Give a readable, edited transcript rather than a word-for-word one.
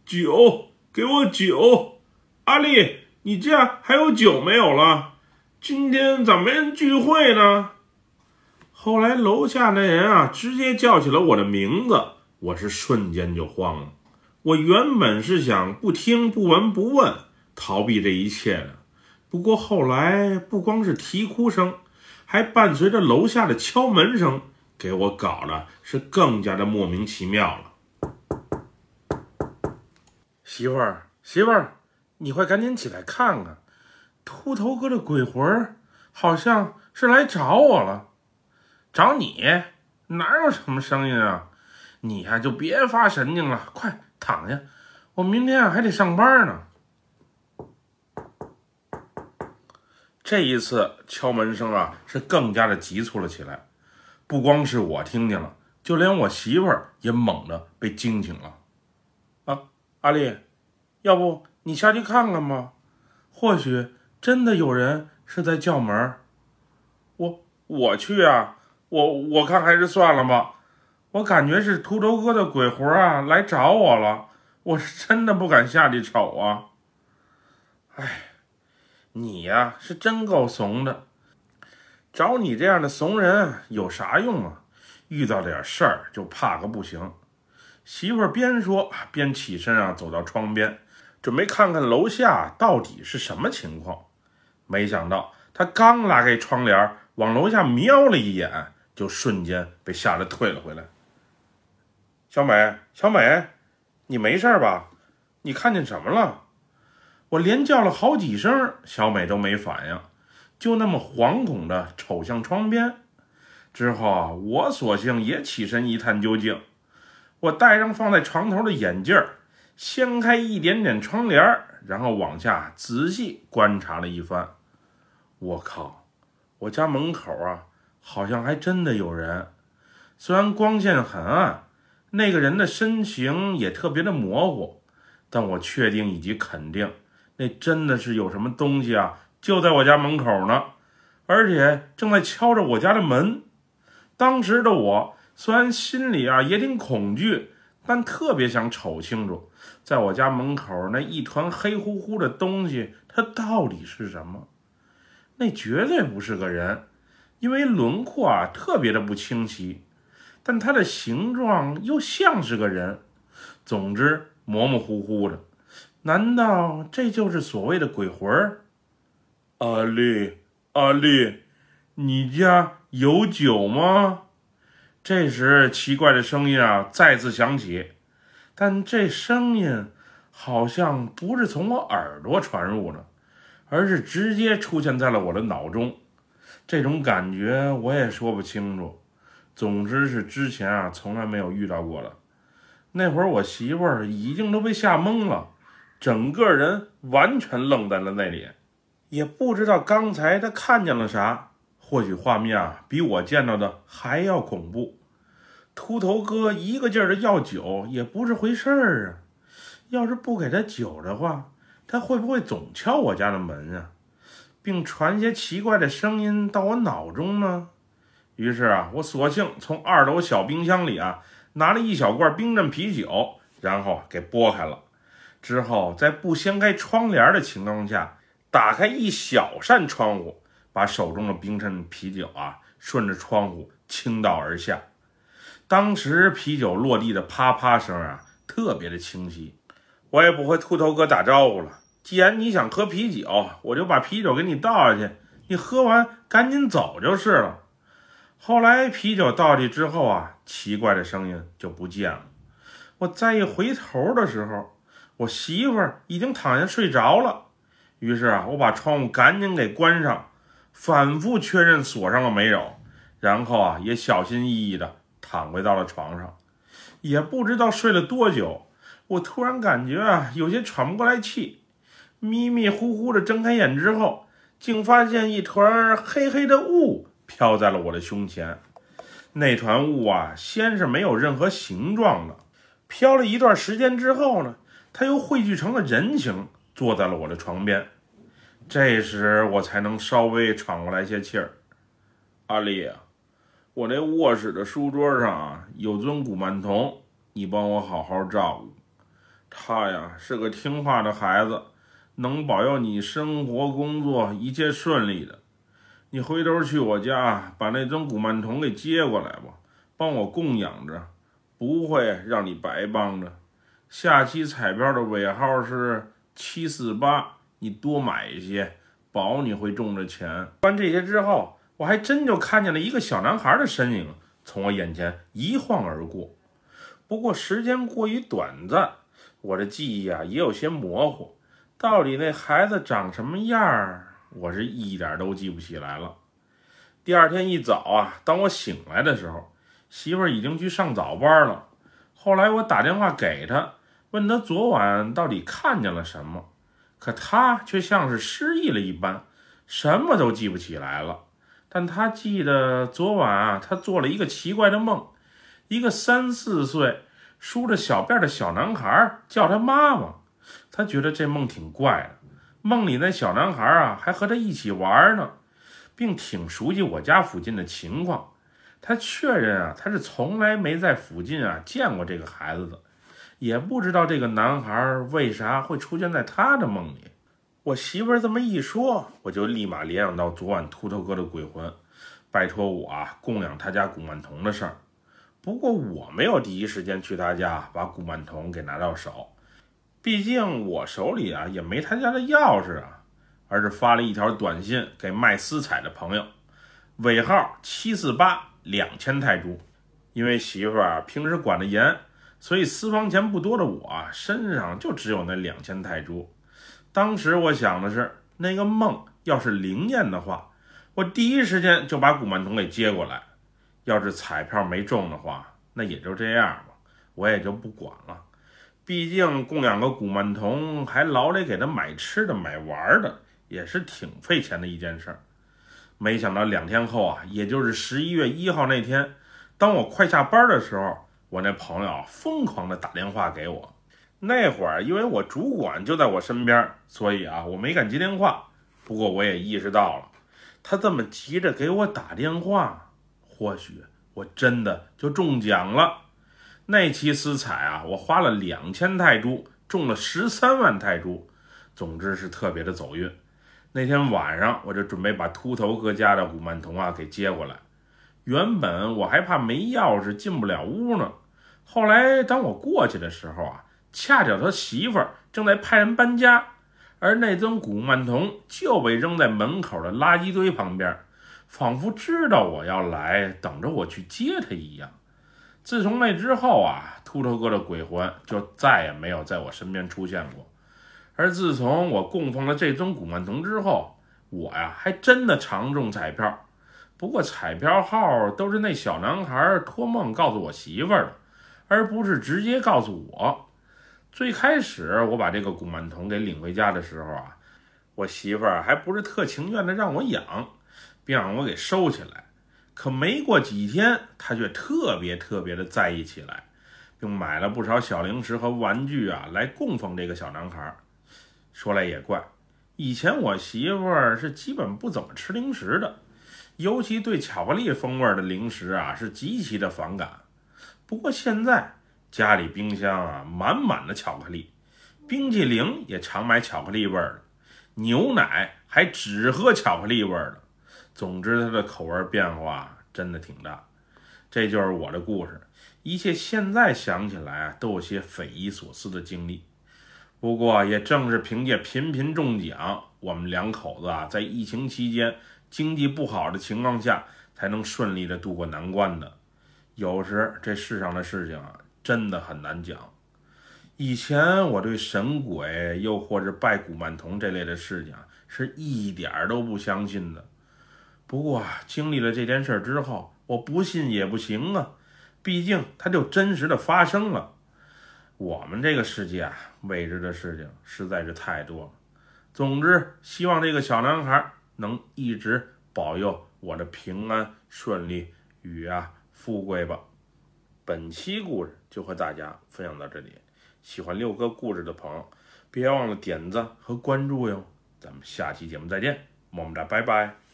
酒，给我酒！阿丽，你家还有酒没有了？今天咋没人聚会呢？后来楼下那人啊，直接叫起了我的名字，我是瞬间就慌了。我原本是想不听不闻不问，逃避这一切的。不过后来不光是啼哭声，还伴随着楼下的敲门声，给我搞得是更加的莫名其妙了。 媳妇儿，媳妇儿，你快赶紧起来看看，秃头哥的鬼魂好像是来找我了。找你？哪有什么声音啊？你呀就别发神经了，快躺下，我明天还得上班呢。这一次敲门声啊是更加的急促了起来，不光是我听见了，就连我媳妇儿也猛地被惊醒了。阿丽，要不你下去看看吧，或许真的有人是在叫门。我去啊，我看还是算了吧，我感觉是秃头哥的鬼魂啊来找我了，我是真的不敢下去瞅啊。你呀是真够怂的，找你这样的怂人有啥用啊？遇到点事儿就怕个不行。媳妇儿边说边起身啊，走到窗边，准备看看楼下到底是什么情况。没想到他刚拉开窗帘，往楼下瞄了一眼，就瞬间被吓得退了回来。小美，你没事吧？你看见什么了？我连叫了好几声，小美都没反应，就那么惶恐地瞅向窗边。之后啊，我索性也起身一探究竟。我戴上放在床头的眼镜，掀开一点点窗帘，然后往下仔细观察了一番。我靠，我家门口啊，好像还真的有人。虽然光线很暗，那个人的身形也特别的模糊，但我确定以及肯定，那真的是有什么东西啊，就在我家门口呢，而且正在敲着我家的门。当时的我虽然心里啊也挺恐惧，但特别想瞅清楚，在我家门口那一团黑乎乎的东西，它到底是什么？那绝对不是个人，因为轮廓啊特别的不清晰，但它的形状又像是个人。总之模模糊糊的，难道这就是所谓的鬼魂？阿丽，你家有酒吗？这时奇怪的声音啊再次响起，但这声音好像不是从我耳朵传入的，而是直接出现在了我的脑中。这种感觉我也说不清楚，总之是之前啊从来没有遇到过的。那会儿我媳妇儿已经都被吓懵了，整个人完全愣在了那里，也不知道刚才她看见了啥。或许画面啊比我见到的还要恐怖。秃头哥一个劲儿的要酒也不是回事儿啊，要是不给他酒的话，他会不会总敲我家的门啊，并传些奇怪的声音到我脑中呢？于是啊，我索性从2楼小冰箱里啊拿了一小罐冰镇啤酒，然后给拨开了。之后在不掀开窗帘的情况下，打开一小扇窗户，把手中的冰镇啤酒啊顺着窗户倾倒而下。当时啤酒落地的啪啪声啊特别的清晰。我也不会秃头哥打招呼了，既然你想喝啤酒，我就把啤酒给你倒下去，你喝完赶紧走就是了。后来啤酒倒下去之后啊，奇怪的声音就不见了。我再一回头的时候，我媳妇儿已经躺下睡着了。于是啊，我把窗户赶紧给关上，反复确认锁上了没有，然后啊也小心翼翼的躺回到了床上。也不知道睡了多久，我突然感觉啊有些喘不过来气，迷迷糊糊的睁开眼之后，竟发现一团黑黑的雾飘在了我的胸前。那团雾啊先是没有任何形状的，飘了一段时间之后呢，它又汇聚成了人形，坐在了我的床边。这时我才能稍微喘过来些气儿。阿丽啊，我那卧室的书桌上啊有尊古曼童，你帮我好好照顾。 他呀是个听话的孩子，能保佑你生活工作一切顺利的。你回头去我家把那尊古曼童给接过来吧，帮我供养着，不会让你白帮着。下期彩票的尾号是748，你多买一些，保你会中着钱。说完这些之后，我还真就看见了一个小男孩的身影从我眼前一晃而过。不过时间过于短暂，我的记忆啊也有些模糊，到底那孩子长什么样我是一点都记不起来了。第二天一早啊，当我醒来的时候，媳妇儿已经去上早班了。后来我打电话给她，问她昨晚到底看见了什么，可她却像是失忆了一般，什么都记不起来了。但她记得昨晚啊，她做了一个奇怪的梦，一个3、4岁梳着小辫的小男孩叫她妈妈。她觉得这梦挺怪的，梦里那小男孩啊还和她一起玩呢，并挺熟悉我家附近的情况。他确认啊，他是从来没在附近啊见过这个孩子的，也不知道这个男孩为啥会出现在他的梦里。我媳妇儿这么一说，我就立马联想到昨晚秃头哥的鬼魂拜托我啊供养他家古曼童的事儿。不过我没有第一时间去他家把古曼童给拿到手，毕竟我手里啊也没他家的钥匙啊，而是发了一条短信给卖私彩的朋友，尾号748，2000泰铢。因为媳妇儿平时管得严，所以私房钱不多的我身上就只有那2000泰铢。当时我想的是，那个梦要是灵验的话，我第一时间就把古曼童给接过来。要是彩票没中的话，那也就这样吧，我也就不管了。毕竟供养个古曼童，还老得给他买吃的买玩的，也是挺费钱的一件事儿。没想到2天后啊，也就是11月1号那天，当我快下班的时候，我那朋友疯狂的打电话给我。那会儿因为我主管就在我身边，所以啊我没敢接电话。不过我也意识到了，他这么急着给我打电话，或许我真的就中奖了。那期私彩啊，我花了2000泰铢，中了13万泰铢，总之是特别的走运。那天晚上我就准备把秃头哥家的古曼童啊给接过来。原本我还怕没钥匙进不了屋呢，后来当我过去的时候啊，恰巧他媳妇儿正在派人搬家，而那尊古曼童就被扔在门口的垃圾堆旁边，仿佛知道我要来，等着我去接他一样。自从那之后啊，秃头哥的鬼魂就再也没有在我身边出现过。而自从我供奉了这尊古曼童之后，我呀还真的常中彩票。不过彩票号都是那小男孩托梦告诉我媳妇儿的，而不是直接告诉我。最开始我把这个古曼童给领回家的时候啊，我媳妇儿还不是特情愿的让我养，并让我给收起来。可没过几天，她却特别的在意起来，并买了不少小零食和玩具啊来供奉这个小男孩。说来也怪，以前我媳妇儿是基本不怎么吃零食的，尤其对巧克力风味的零食啊是极其的反感。不过现在家里冰箱啊满满的巧克力，冰淇淋也常买巧克力味的，牛奶还只喝巧克力味的。总之它的口味变化真的挺大。这就是我的故事，一切现在想起来都有些匪夷所思的经历。不过也正是凭借频频中奖，我们两口子在疫情期间经济不好的情况下才能顺利的度过难关的。有时这世上的事情真的很难讲。以前我对神鬼又或者拜古曼童这类的事情是一点都不相信的。不过经历了这件事之后，我不信也不行啊，毕竟它就真实的发生了。我们这个世界未知的事情实在是太多了。总之希望这个小男孩能一直保佑我的平安顺利与富贵吧。本期故事就和大家分享到这里，喜欢六哥故事的朋友别忘了点赞和关注哟。咱们下期节目再见，么么哒，拜拜。